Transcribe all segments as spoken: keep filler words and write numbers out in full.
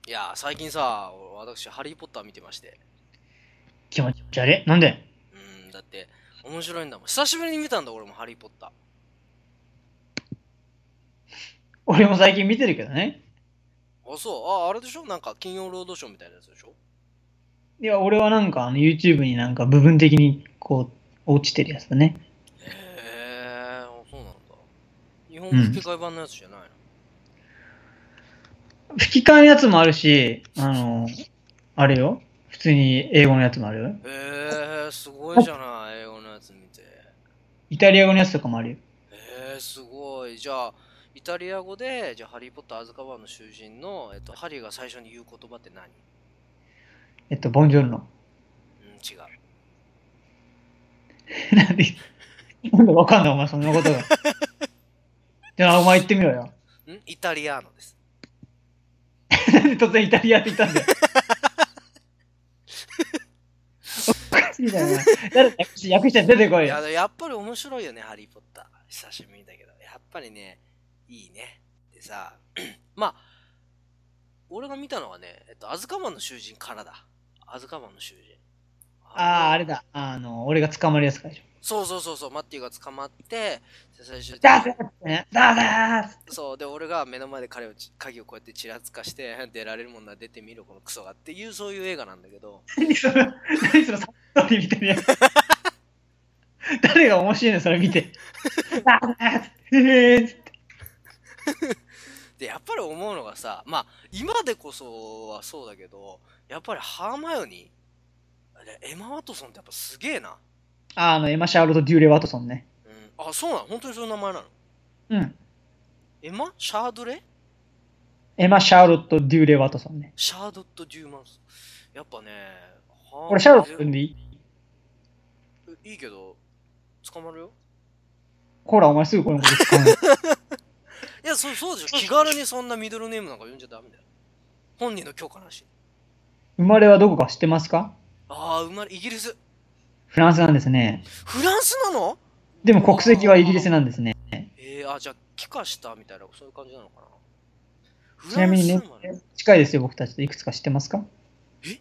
いやー、最近さ、私、ハリー・ポッター見てまして。 気持ち悪い。なんで？ うーん、だって、面白いんだもん。久しぶりに見たんだ、俺もハリー・ポッター。 俺も最近見てるけどね。 あ、そう、あ、あれでしょなんか、金曜ロードショーみたいなやつでしょ？ いや、俺はなんかあの YouTube になんか部分的にこう落ちてるやつだね。 へえ、あ、そうなんだ。日本うん。 吹き替え版のやつじゃないの？ 吹き替えのやつもあるし、あの、あれよ。普通に英語のやつもあるよ。 へえ、すごいじゃない、英語のやつ見て。 イタリア語のやつとかもあるよ。 へえ、すごい。じゃあ、イタリア語で、じゃあ、ハリー・ポッター・アズカバンの囚人の、えっと、ハリーが最初に言う言葉って何？ えっと、ボンジョルノ。 うん、違う。 なんで、なんでわかんないお前そんなことが。じゃあお前言ってみろよ。 んイタリアーノです。 なんで突然イタリアって言ったんだよ。おかしいだよな。誰だ訳し訳して出てこいよ。 いや、やっぱり面白いよね、ハリー・ポッター。久しぶりだけど。やっぱりね、いいね。でさ、まあ、俺が見たのはね、えっと、アズカバンの囚人からだ。アズカバンの囚人。あれああ、あれは、 だ。あの、俺が捕まるやつかでしょ。 そうそうそうそう、マッティが捕まって、で最終的ダースに、 ってね。ダーダース。 そう、で、俺が目の前で彼をち、鍵をこうやってちらつかして、出られるもんなら出てみろ、このクソがっていう、そういう映画なんだけど、 何その、何そのサットリーみたいなやつ。誰が面白いのそれ見て。ダーダース。へーって。 で、やっぱり思うのがさ、まあ、今でこそはそうだけど、やっぱりハーマイオニー、あれエマ・ワトソンってやっぱすげえな。 あの、エマ・シャーロット・デューレ・ワトソンね。 うん。あ、そうなの？本当にそういう名前なの？ うん。 エマシャードレエマ・シャーロット・デューレ・ワトソンね。 シャードット・デューマンス。やっぱね、は俺、シャーロットえ、 呼んでいい？ えいいけど、捕まるよ。 ほら、お前すぐこのこと使うの。 いや、そう、そうでしょ。気軽にそんなミドルネームなんか呼んじゃダメだよ。本人の許可なし。 生まれはどこか知ってますか？ ああ、生まれ、イギリス。 フランスなんですね。 フランスなの？ でもうわ国籍はイギリー。 スなんですね。 えー、あ、じゃあ、帰化したみたいな、そういう感じなのかな。フランちなみに年ス生まれ。 齢近いですよ、僕たちと。いくつか知ってますか？ え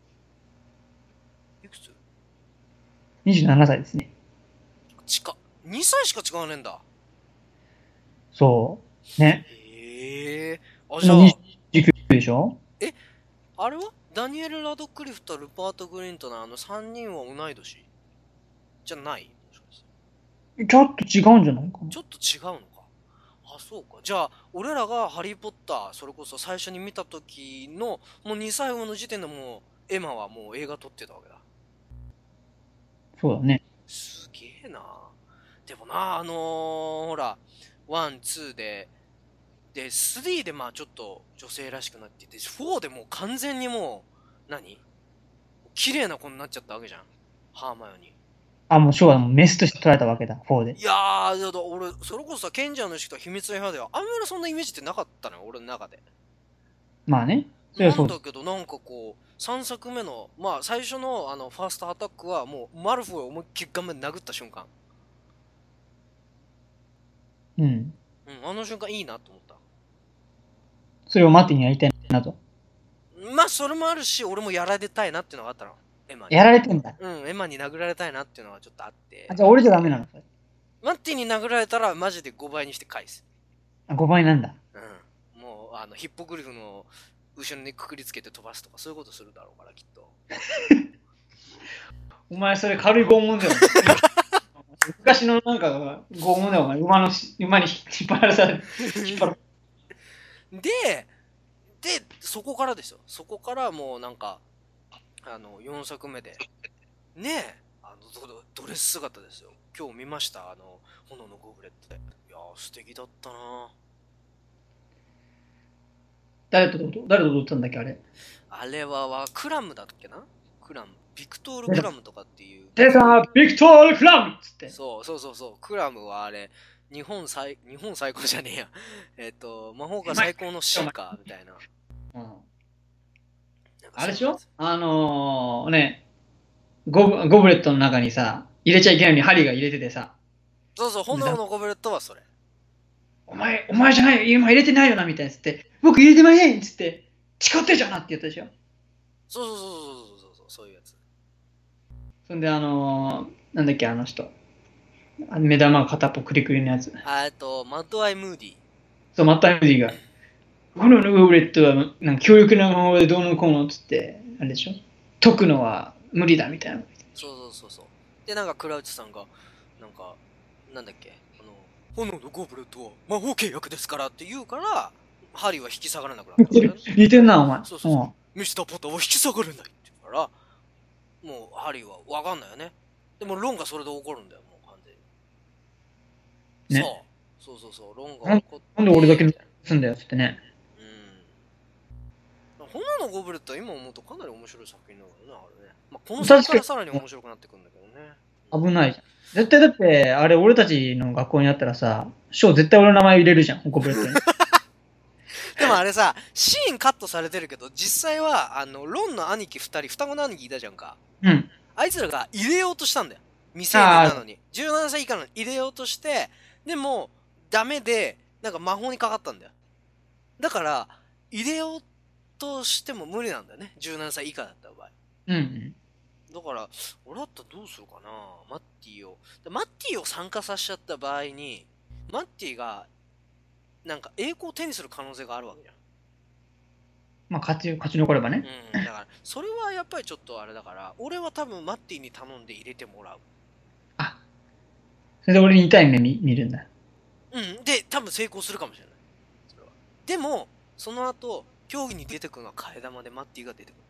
いくつ？ にじゅうなな 歳ですね。 近。にさいしか違わねえんだ。 そう。ね。 へえ。あ、じゃ今あ、 にじゅうきゅうでしょ？ え、あれはダニエル・ラドクリフとルパート・グリントのあのさんにんは同い年じゃない？もしかして。 ちょっと違うんじゃないかな。 ちょっと違うのか。あ、そうか。じゃあ、俺らがハリー・ポッター、それこそ最初に見た時の、もうにさいごの時点でもう、エマはもう映画撮ってたわけだ。 そうだね。 すげえな。でもな、あのー、ほら、ワン、ツーで、で、スリーでまあちょっと女性らしくなってて、フォーでもう完全にもう、何綺麗な子になっちゃったわけじゃん。ハーマイオニー。 あ、もうショーはもうメスとして捉えたわけだ、フォーで。 いやー、だから俺、それこそさ、賢者の石と秘密の部屋では、あんまりそんなイメージってなかったのよ、俺の中で。 まあね。それはそうです。 なんだけど、なんかこう、さんさくめの、まあ最初のあの、ファーストアタックは、もう、マルフォイを思いっきり顔面殴った瞬間。 うん。 うん、あの瞬間いいなと思った。 それをマティにやりたいなと。 まあ、それもあるし、俺もやられたいなっていうのがあったの。エマに。 やられてんだ。 うん、エマに殴られたいなっていうのはちょっとあっあ、 て。 じゃあ俺じゃダメなのそれ？ マッティに殴られたら、マジでごばいにして返す。 あ、ごばいなんだ。 うん。もう、あの、ヒッポグリフの後ろにくくりつけて飛ばすとか、そういうことするだろうから、きっと。 お前それ軽い拷問だよ。昔のなんか拷問だよ、お前。馬のし、馬に引っ張らされる。引っ張らで、で、そこからですよ。そこからもうなんか、あの、よんさくめで、ねえ、あのド、ドレス姿ですよ。今日見ました、あの、炎のゴブレットで。いやー、素敵だったな。 誰と、誰と踊ったんだっけ、あれ。 あれは、わクラムだっけな？クラム。ビクトール・出た、 クラムとかっていう、 出そういう、 たビクトール・クラムっつって。 そうそうそうそう、クラムはあれ、日本最、日本最高じゃねえや。えっと、魔法がお前、 最高のシーカーみたいな。 うん、 なんかあれでしょそういうやつ。 あのー、ね、ゴブ、ゴブレットの中にさ、入れちゃいけないのに針が入れててさ、 そうそう、 でだ炎のゴブレットはそれ。 お前、お前じゃないよ、今入れてないよな、みたいなつって、僕入れてませんっつって、 誓ってじゃなって言ったでしょ。 そうそうそうそうそうそう、そういうやつ。 そんで、あのー、なんだっけ、あの人。あ目玉が片っぽクリクリのやつ。 あえっと、マッドアイ・ムーディー。 そう、マッター・ムーディが、このゴブレットは、なんか強力な魔法でどうのこうのっつって、あれでしょ。解くのは無理だみたいな。 そうそうそうそう。で、なんかクラウチさんが、なんか、なんだっけ、あの、炎のゴブレットは魔法契約ですからって言うから、ハリーは引き下がらなくなったからね。 似てんな、お前。 そうそうそう。ミスター・ポッターは引き下がれないって言うから、もうハリーはわかんないよね。でもロンがそれで怒るんだよ、もう完全に。 ね。 そう。そうそうそう、ロンがなん怒って。 なんで俺だけみたいすんだよってね。 な。うん。炎のゴブレットは今思うとかなり面白い作品なのかな、あれね。まあ、この確かに先からさらに面白くなってくるんだけどね。 危ないじゃん。絶対だって、あれ俺たちの学校にあったらさ、ショー絶対俺の名前入れるじゃん、ゴブレットに。 でもあれさ、シーンカットされてるけど、実際は、あの、ロンの兄貴二人、双子の兄貴いたじゃんか。 うん。 あいつらが入れようとしたんだよ。未成年なのに。じゅうななさい以下の入れようとして、でも、ダメで、なんか魔法にかかったんだよ。だから、入れようとしても無理なんだよね。じゅうななさい以下だった場合。 うん。 だから、俺だったらどうするかな、マッティを。マッティを参加させちゃった場合に、マッティが、なんか栄光を手にする可能性があるわけじゃん。 まあ、勝ち、勝ち残ればね。 うん、だから、それはやっぱりちょっとあれだから、俺は多分マッティに頼んで入れてもらう。 あ、それで俺に痛い目見見るんだ。 うん、で、多分成功するかもしれない。それは。でも、その後、競技に出てくるのは替え玉でマッティが出てくる。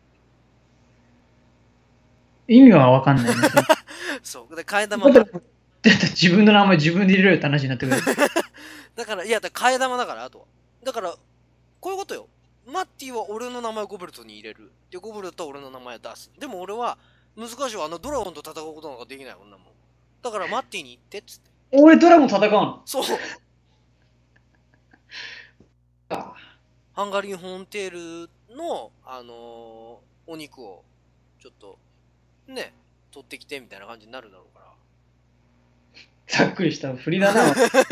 意味はわかんないんですよ。 そう。で、替え玉が。 だって自分の名前自分で入れろよって話になってくる。 だから、いや、だから替え玉だから、あとは。だから、こういうことよ。マッティは俺の名前をゴブレットに入れる。で、ゴブレットは俺の名前を出す。でも俺は、難しいわ。あのドラゴンと戦うことなんかできない、女もん。だから、マッティに行って、っつって。 俺ドラゴン戦うの。 そう。 あハンガリーホーンテールの、あのーお肉を、ちょっと、ね、取ってきてみたいな感じになるだろうから。 ざっくりした振りだな。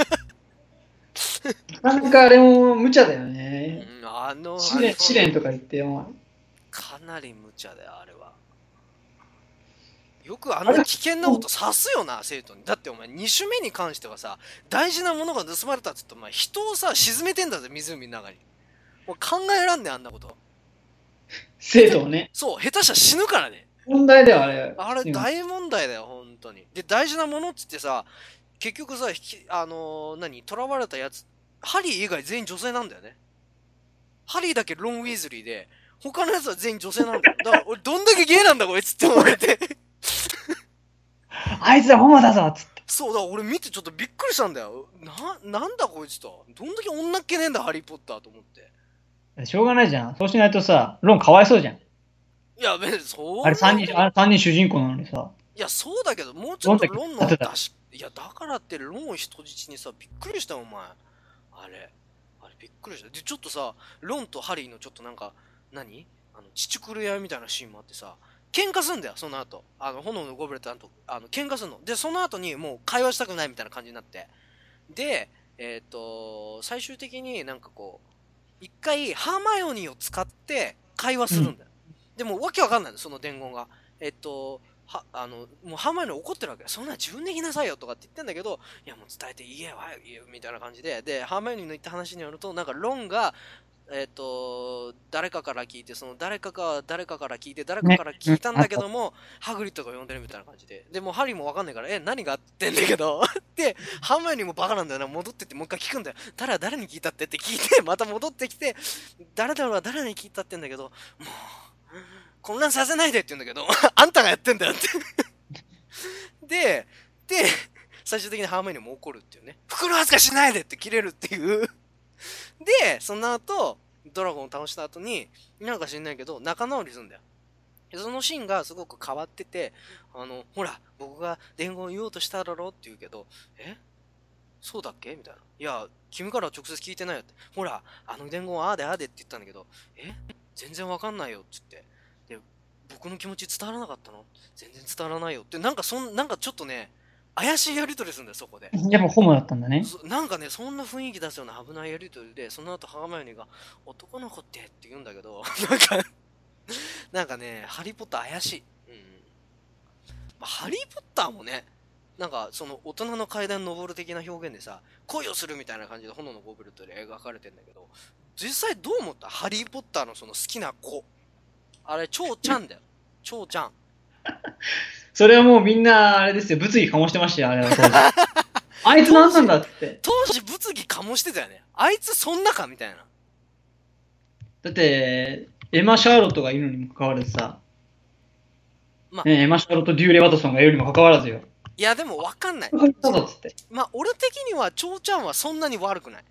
なかなかあれも無茶だよね。 うん、あの、 試練、試練とか言ってよ。 かなり無茶だよ、あれは。よくあんな危険なことさすよな、生徒に。だってお前、に種目に関してはさ、大事なものが盗まれたっつって、お前、人をさ、沈めてんだぜ、湖の中に。もう考えらんねえ、あんなこと。 生徒をね。 そう、下手したら死ぬからね。 問題だよ、あれ。 あれ、大問題だよ、本当に。で、大事なものっつってさ、結局さ、あのー、何、囚われたやつ、ハリー以外全員女性なんだよね。ハリーだけロン・ウィーズリーで、他のやつは全員女性なんだよ。だから、俺、どんだけゲイなんだ、こいつって思われて。 あいつはホモだぞっつって。 そうだ、俺見てちょっとびっくりしたんだよ。な、なんだこいつと。どんだけ女っ気ねえんだ、ハリー・ポッターと思って。 しょうがないじゃん。そうしないとさ、ロンかわいそうじゃん。 いや、別に、そう。 あれ三人、あれ三人主人公なのにさ。 いや、そうだけど、もうちょっとロンのロンだけ出し、いや、だからってロンを人質にさ、びっくりしたよ、お前。あれ。あれ、びっくりした。で、ちょっとさ、ロンとハリーのちょっとなんか、何あの、乳くるやみたいなシーンもあってさ、喧嘩すんだよ、その後。あの、炎のゴブレットと、あの、喧嘩すんの。で、その後にもう会話したくないみたいな感じになって。で、えっ、と、最終的になんかこう、一回ハーマイオニーを使って会話するんだよ。うん、でも、わけわかんないの、その伝言が。えっ、と、は、あの、もうハーマイオニー怒ってるわけ。そんな自分で言いなさいよとかって言ってんだけど、いやもう伝えて言えわ、言えみたいな感じで。で、ハーマイオニーの言った話によると、なんかロンが、えっ、と、誰かから聞いて、その誰かが誰かから聞いて、誰かから聞いたんだけども、ね、ハグリッドが呼んでるみたいな感じで。でもハリーもわかんないから、え、何があってんだけど、で、ハーマイオニーもバカなんだよな、戻ってってもう一回聞くんだよ。誰は誰に聞いたってって聞いて、また戻ってきて、誰だろうが誰に聞いたってんだけど、もう、混乱させないでって言うんだけど、あんたがやってんだよってで、で、最終的にハーマイオニーも怒るっていうね。袋扱いしないでって切れるっていうで、その後、ドラゴンを倒した後に、なんか知んないけど、仲直りするんだよ。でそのシーンがすごく変わってて、あの、ほら、僕が伝言を言おうとしただろって言うけど、えそうだっけみたいな。いや、君からは直接聞いてないよって。ほら、あの伝言はああでああでって言ったんだけど、え全然わかんないよって言って。で、僕の気持ち伝わらなかったの全然伝わらないよって、なんかそん、なんかちょっとね、 怪しいやり取りするんだよ、そこで。 やっぱホモだったんだね。 そなんかね、そんな雰囲気出すような危ないやり取りで、その後、ハーマイオニーが、男の子ってって言うんだけど、なんか、なんかね、ハリーポッター怪しい。うん。まあ、ハリーポッターもね、なんか、その大人の階段登る的な表現でさ、恋をするみたいな感じで炎のゴブレットで描かれてんだけど、実際どう思ったハリーポッターのその好きな子。あれ、超ちゃんだよ。超ちゃん。 それはもうみんな、あれですよ、物議醸してましたよ、あれは当時。あいつ何なんだって。 当時物議醸してたよね。あいつそんなかみたいな。 だって、エマ・シャーロットがいるのにもかかわらずさ、 まあ、 ね、エマ・シャーロット・デューレ・ワトソンがいるにもかかわらずよ。 いや、でもわかんない。 ただっつって。 まあ、俺的には、超ちゃんはそんなに悪くない。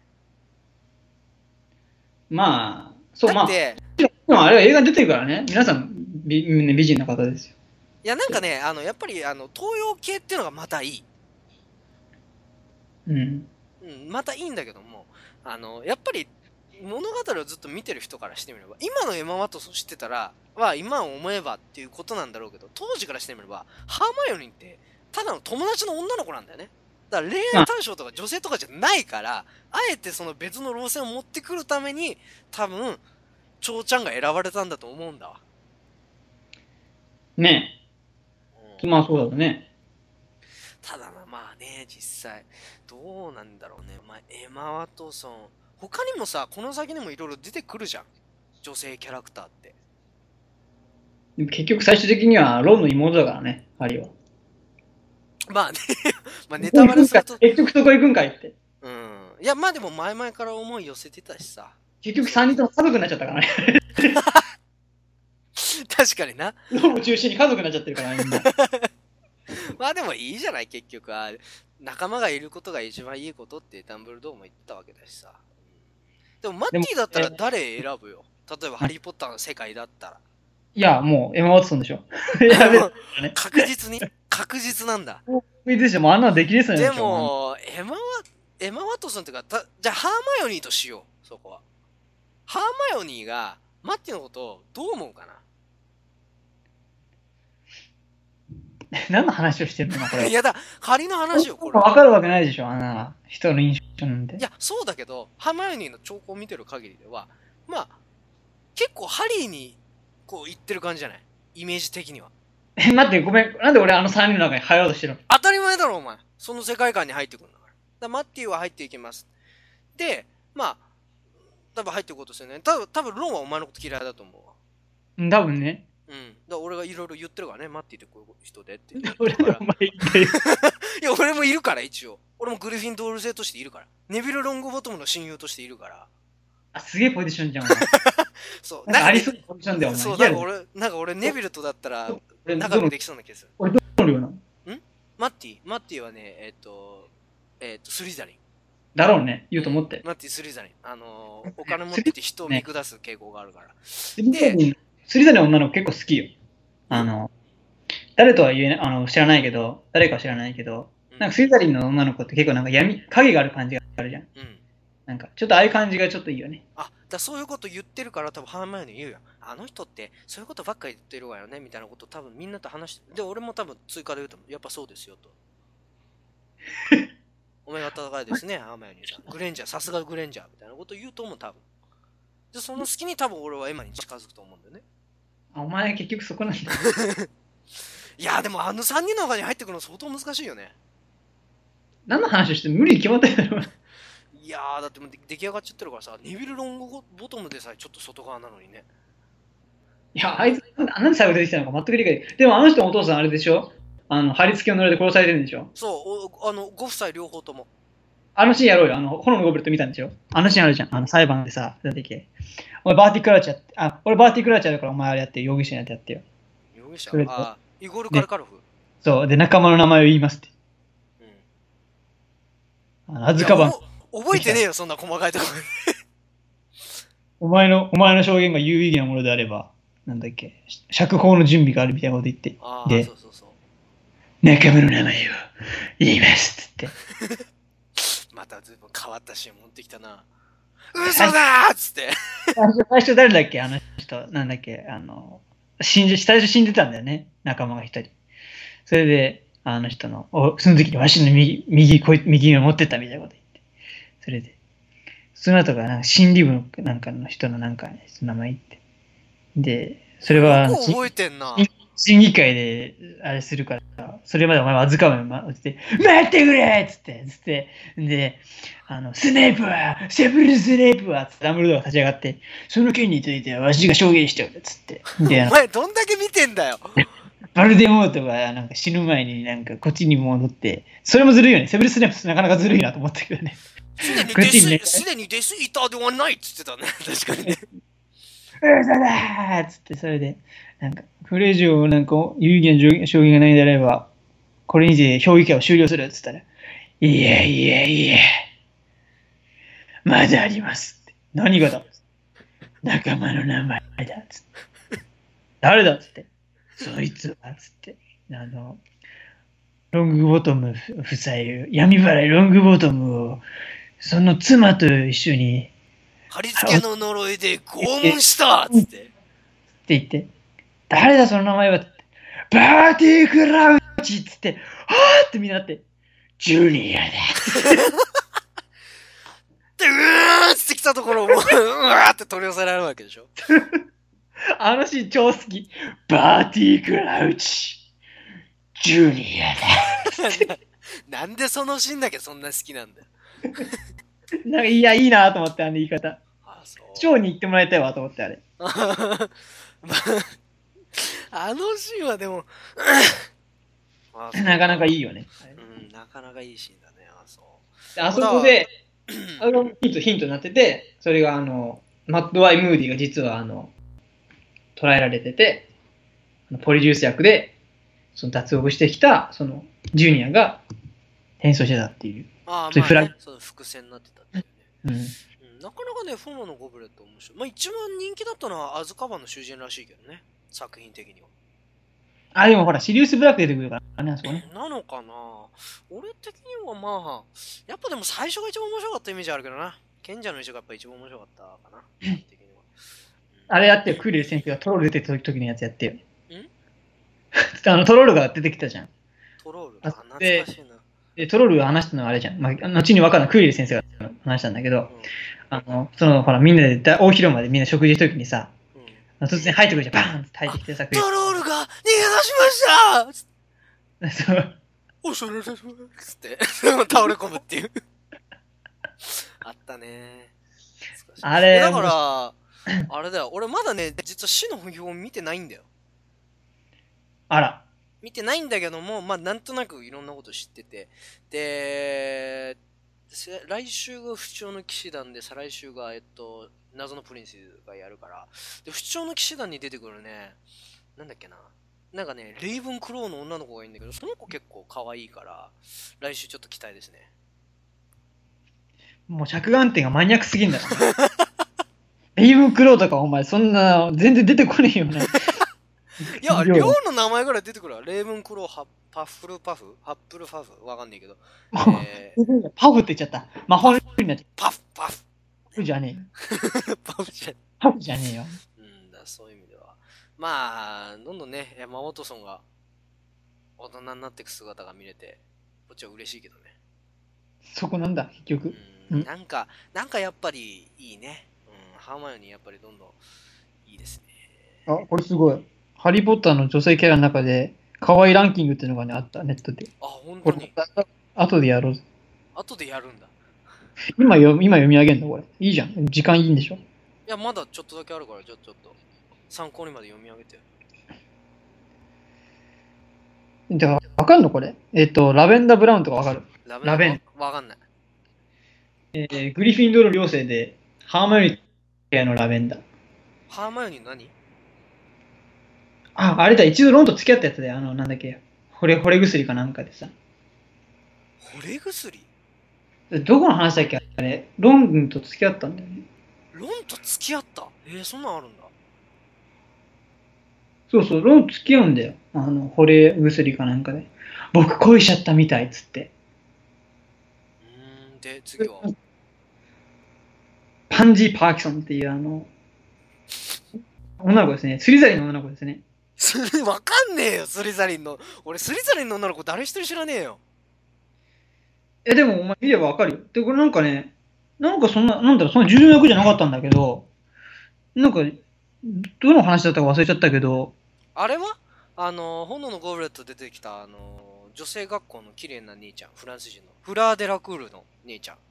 まあ、そう、まあ、 だって、 でもあれは映画に出てるからね。皆さん美、ね美人な方ですよ。 いや、なんかね、あの、やっぱり、あの、東洋系っていうのがまたいい。 うん。 うん、またいいんだけども、あの、やっぱり、物語をずっと見てる人からしてみれば、今のエマ・ワトソン知ってたら、は、今思えばっていうことなんだろうけど、当時からしてみれば、ハーマイオニーって、ただの友達の女の子なんだよね。だから恋愛対象とか女性とかじゃないから、あえてその別の路線を持ってくるために、多分、蝶ちゃんが選ばれたんだと思うんだわ。 ねえ。まあそうだろうね。 ただな、まあね、実際、どうなんだろうね。まあ、エマ・ワトソン。他にもさ、この先にもいろいろ出てくるじゃん。女性キャラクターって。 でも結局最終的にはロンの妹だからね、ハリーは。 まあね、まあネタバレすると。 結局そこ行くんかいって。 うん。いや、まあでも前々から思い寄せてたしさ。 結局さんにんとも家族になっちゃったからね。 確かにな。 ロンを中心に家族になっちゃってるからみんな。 まあでもいいじゃない、結局は。仲間がいることが一番いいことってダンブルドアも言ってたわけだしさ。でもマッティだったら誰選ぶよ。例えばハリー・ポッターの世界だったら。 いや、もうエマ・ワトソンでしょ。 確実に確実なんだ。 いいでしょ、もうあんなのできですよね。 でも、エマは、エマ・ワトソンっていうか、たじゃあハーマイオニーとしよう、そこは。ハーマイオニーがマッティのことをどう思うかな。 何の話をしてるのこれ。 いやだ、仮の話よ、これ。 わかるわけないでしょ、あんな人の印象なんて。 いや、そうだけど、ハーマイオニーの兆候を見てる限りでは、まあ、結構ハリーにこう言ってる感じじゃないイメージ的には。 え、待って、ごめん。なんで俺あのさんにんの中に入ろうとしてるの？ 当たり前だろ、お前。その世界観に入ってくるんだから。だからマッティは入っていきます。で、まあ、多分入っていくことですよね。多分、多分ロンはお前のこと嫌いだと思うわ。 うん、多分ね。 うん。だから俺がいろいろ言ってるからね、マッティってこういう人でって。 俺でお前言ってる。 いや、俺もいるから、一応。俺もグリフィンドール生としているから。ネビル・ロングボトムの親友としているから。 あ、すげえポジションじゃん。 そう。 なんかありそうなポジションだよ、お前。 そう、なんか俺、なんか俺、ネビルとだったら、仲良くできそうな気がする。 俺、どの量なの？んマッティマッティはね、えっ、ー、と、えっ、ー、と、スリザリン。 だろうね、言うと思って。 マッティ、スリザリン。あのー、お金持ってて人を見下す傾向があるから。 スリザリン、スリザリンの女の子結構好きよ。あの、誰とは言えない、あの、知らないけど、誰かは知らないけど、なんかスリザリンの女の子って結構なんか闇、影がある感じがあるじゃん。 うん。 なんか、ちょっとああいう感じがちょっといいよね。 あ、だそういうこと言ってるから多分ハーマイオニー言うよ。あの人ってそういうことばっかり言ってるわよねみたいなこと多分みんなと話してる。で、俺も多分追加で言うとやっぱそうですよと。お前が戦いですね、ハーマイオニーさん。グレンジャー、さすがグレンジャーみたいなこと言うと思う、多分。で、その隙に多分俺はエマに近づくと思うんだよね。 あ、お前結局そこなんだ。 いや、でもあのさんにんの中に入ってくるの相当難しいよね。 何の話をして無理に決まったやろ。 いやー、だってもう出来上がっちゃってるからさ、ネビル・ロングボトムでさえちょっと外側なのにね。 いや、あいつ、なんで最後出てきたのか全く理解できない。でもあの人のお父さんあれでしょ、あの、貼り付けを乗れて殺されてるんでしょ。 そう、あの、ご夫妻両方とも。 あのシーンやろうよ。あの、炎のゴブレット見たんでしょ。あのシーンあるじゃん。あの裁判でさ、だってけ。お前バーティクラーチやって、あ、俺バーティクラーチやるからお前あれやって、容疑者やってやってよ。 容疑者あ、イゴール・カルカロフ。 そう、で、仲間の名前を言いますって。うん。あの、アズカバン。 覚えてねえよ、そんな細かいところ。 お前の、お前の証言が有意義なものであれば、なんだっけ、釈放の準備があるみたいなこと言って。 あで、 そうそうそう。 仲間の名前を言いますって言って。またずいぶん変わったシーン持ってきたな。嘘だーっつって。 最初誰だっけあの人、なんだっけあの、死んで、最初死んでたんだよね。仲間が一人。それで、 あの人の、おその時にわしの右、右、こい右を持ってったみたいなこと言って。それで、その後がなんか心理部のなんかの人のなんか、ね、名前言って。で、それは、 よく覚えてんな。 審議会であれするから、それまでお前は預かめよ、って、待ってくれっつって、つって、で、あの、スネープは、セブルスネープは、つってダンブルドアが立ち上がって、その件についてはわしが証言しておる、つって。で、 お前どんだけ見てんだよ。 バルデモートがなんか死ぬ前になんかこっちに戻って、それもずるいよね。セブルスネープなかなかずるいなと思ったけどね。 すでにこっちにねデス、すでにデスイーターではないっつってたね。確かにね。 うざだーっつって、それで、なんか、これ以上、なんか、有意義な証言がないのであれば、これにて評議会を終了するっつったら、いやいやいや、まだありますって。何がだ仲間の名前だっつって。誰だっつって。そいつはっつって。あの、ロングボトム夫妻、闇払いロングボトムを、その妻と一緒に、 貼り付けの呪いで拷問したっつって。って言って、誰だその名前はって。バーティークラウチっつって、はぁってみんなって、ジュニアだ。 で、うーんってきたところをもう、うわーって取り寄せられるわけでしょ。 あのシーン超好き。バーティークラウチ、ジュニアだ。 なんでそのシーンだけそんな好きなんだよ。 なんかいや、いいなと思って、あの言い方。 あ、そう。 ショーに行ってもらいたいわと思って、あれ。 あのシーンはでもなかなかいいよね。 うん、なかなかいいシーンだね。あ、そう。 あそこで、あのヒント、ヒントになってて、それがあの、マッド・ワイ・ムーディが実はあの、捉えられてて、ポリジュース役で、その脱獄してきた、その、ジュニアが変装してたっていう。 ああ、 そういうフラグ、 まあね、そう伏線になってたっていうね。 うん。 うん、なかなかね、フォーマのゴブレット面白い。まあ一番人気だったのはアズカバンの囚人らしいけどね、作品的には。 あ、でもほら、シリウス・ブラック出てくるからね、あそこね。 なのかな俺的にはまあ、やっぱでも最初が一番面白かったイメージあるけどな。賢者の石がやっぱ一番面白かったかな。的には。 あれやってよ、クーレル先生がトロール出てた時のやつやってよ。 んあの、トロールが出てきたじゃん。 トロールあ懐かしいな。 で、トロールが話したのはあれじゃん。まあ、後に分かんないクーレル先生が話したんだけど、 うん、 あの、その、ほら、みんなで大広間でみんな食事した時にさ、 うん、 突然入ってくるじゃん、バーンって入ってきてさ、 トロールが逃げ出しましたそう。 おしゃれれれつって倒れ込むっていうあったね。 あれ、 だから、あれだよ。俺まだね、実は死の不評見てないんだよ。 あら。 見てないんだけども、まあなんとなくいろんなこと知ってて。で、来週が不調の騎士団で、再来週が、えっと、謎のプリンスがやるから。で、不調の騎士団に出てくるね、なんだっけな。なんかね、レイブンクローの女の子がいいんだけど、その子結構可愛いから、来週ちょっと期待ですね。 もう着眼点がマニアックすぎんだろ。レイブンクローとかお前そんな全然出てこねえよね。 いや、寮の名前ぐらい出てくるわ。レイブンクロー、ハパッフルパフハップルパフわかんないけど。 えー、パフって言っちゃった。魔法になっちゃった。 パフパフパフじゃねえ。パフじゃねえ。パフじゃねえよ。 うん、だそういう意味では。まあ、どんどんね、山本ソンが大人になっていく姿が見れて、こっちは嬉しいけどね。 そこなんだ、結局。 うん、なんか、なんかやっぱりいいね。うん、ハーマイオニーやっぱりどんどんいいですね。 あ、これすごい。ハリー・ポッターの女性キャラの中で、可愛いランキングっていうのがね、あった、ネットで。 あ、本当に。 後でやろう。 後でやるんだ。 今よ今読み上げんのこれ。いいじゃん。時間いいんでしょ。 いや、まだちょっとだけあるから、ちょちょっと参考にまで読み上げて。 だから、わかんのこれ。えっと、ラベンダー・ブラウンとかわかるラベンわかんない。 えー、グリフィンドール寮生で、ハーマイオニーのラベンダー。 ハーマイオニー何あ、あれだ、一度ロンと付き合ったやつで、あの、なんだっけ、惚れ、惚れ薬かなんかでさ。 惚れ薬どこの話だっけあれ、ロンと付き合ったんだよね。 ロンと付き合ったえー、そんなんあるんだ。 そうそう、ロン付き合うんだよ。あの、惚れ薬かなんかで。僕恋しちゃったみたいっつって。 うーん、で、次はパンジー・パーキソンっていうあの、女の子ですね。スリザリンの女の子ですね。 すわかんねえよ、スリザリンの。俺、スリザリンの女の子誰一人知らねえよ。 え、でもお前見ればわかるよ。で、これなんかね、なんかそんな、なんだろう、そんな重要な役じゃなかったんだけど、なんか、どの話だったか忘れちゃったけど、 あれはあの、炎のゴブレット出てきた、あの、女性学校の綺麗な兄ちゃん、フランス人の。フラー・デ・ラクールの兄ちゃん。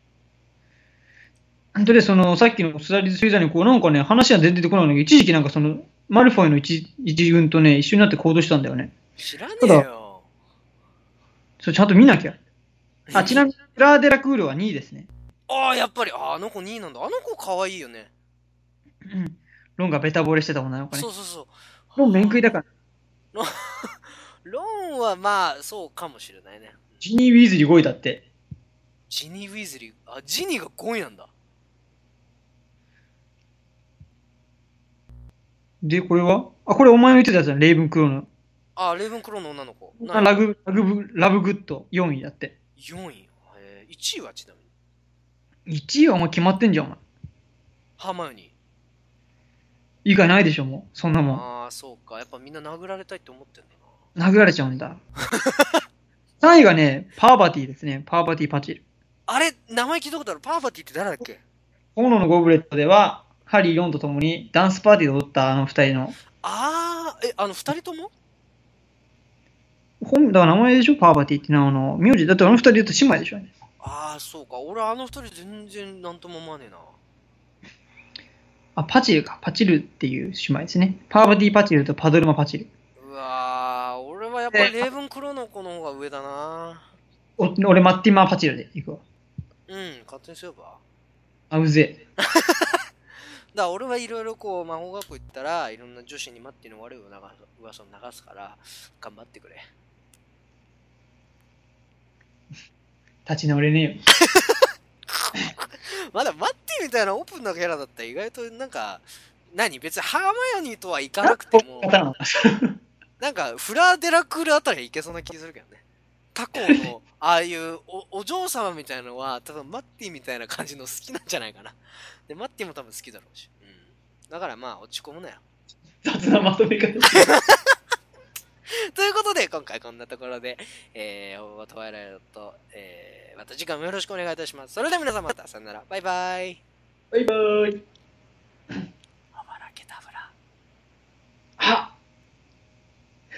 本当で、その、さっきのスラリス・スリザリン、こう、なんかね、話は全然出てこないんだけど、一時期なんかその、マルフォイの一一軍とね、一緒になって行動したんだよね。 知らねただ、 えよ。 それちゃんと見なきゃ。あ、ちなみに、フラーデラクールはにいですね。 ああ、やっぱり、ああの子にいなんだ。あの子可愛いよね。 うん。ロンがベタ惚れしてた女の子ね。 そうそうそう。 ロン面食いだから。 ロン、ロンはまあ、そうかもしれないね。 ジニー・ウィーズリーごいだって。 ジニー・ウィズリー、あ、ジニーがごいなんだ。 で、これはあ、これお前の言ってたやつだね、レイブンクローの。 あ、レイブンクローの女の子。なラグ、ラグ、ラブグッドよんいだって。 よんい。えー、いちいはちなみに。 いちいはお前決まってんじゃん、お前。 ハーマイオニー。 以外ないでしょ、もう。そんなもん。 ああ、そうか。やっぱみんな殴られたいって思ってんだ殴られちゃうんだ。さんいがね、パーバティですね。パーバティ・パチル。 な。あれ、名前聞いたことある。パーバティって誰だっけ？ 炎のゴブレットでは、ハリー・ロンと共にダンスパーティーで踊ったあの二人の。 ああ、え、あの二人とも？ 本、だから名前でしょ、パーバティってのは、あの、名字。だってあの二人言うと姉妹でしょ、ね。 ああ、そうか。俺あの二人全然なんとも思わねえな。 あ、パチルか。パチルっていう姉妹ですね。パーバティ・パチルとパドルマ・パチル。 うわー、俺はやっぱりレイブンクローの子の方が上だな。 お俺、マッティマー・パチルで行くわ。 うん、勝手にすれば。 あ、うぜえ。 だから俺はいろいろこう魔法学校行ったらいろんな女子に待っての悪い噂を流すから頑張ってくれ。 立ち直れねえよ。 まだマッティみたいなオープンなキャラだったら意外となんか何別にハーマイオニーとはいかなくてもなんかフラーデラクールあたりいけそうな気するけどね。他校のああいうおお嬢様みたいなのは多分マッティみたいな感じの好きなんじゃないかな。でマッティも多分好きだろうし、うん、だからまあ落ち込むなよ。 雑なまとめ方ということで今回こんなところで、えー、オーバートワイライト、えー、また次回もよろしくお願いいたします。それでは皆さんまたさよなら、バイバイ。 バイバーイ。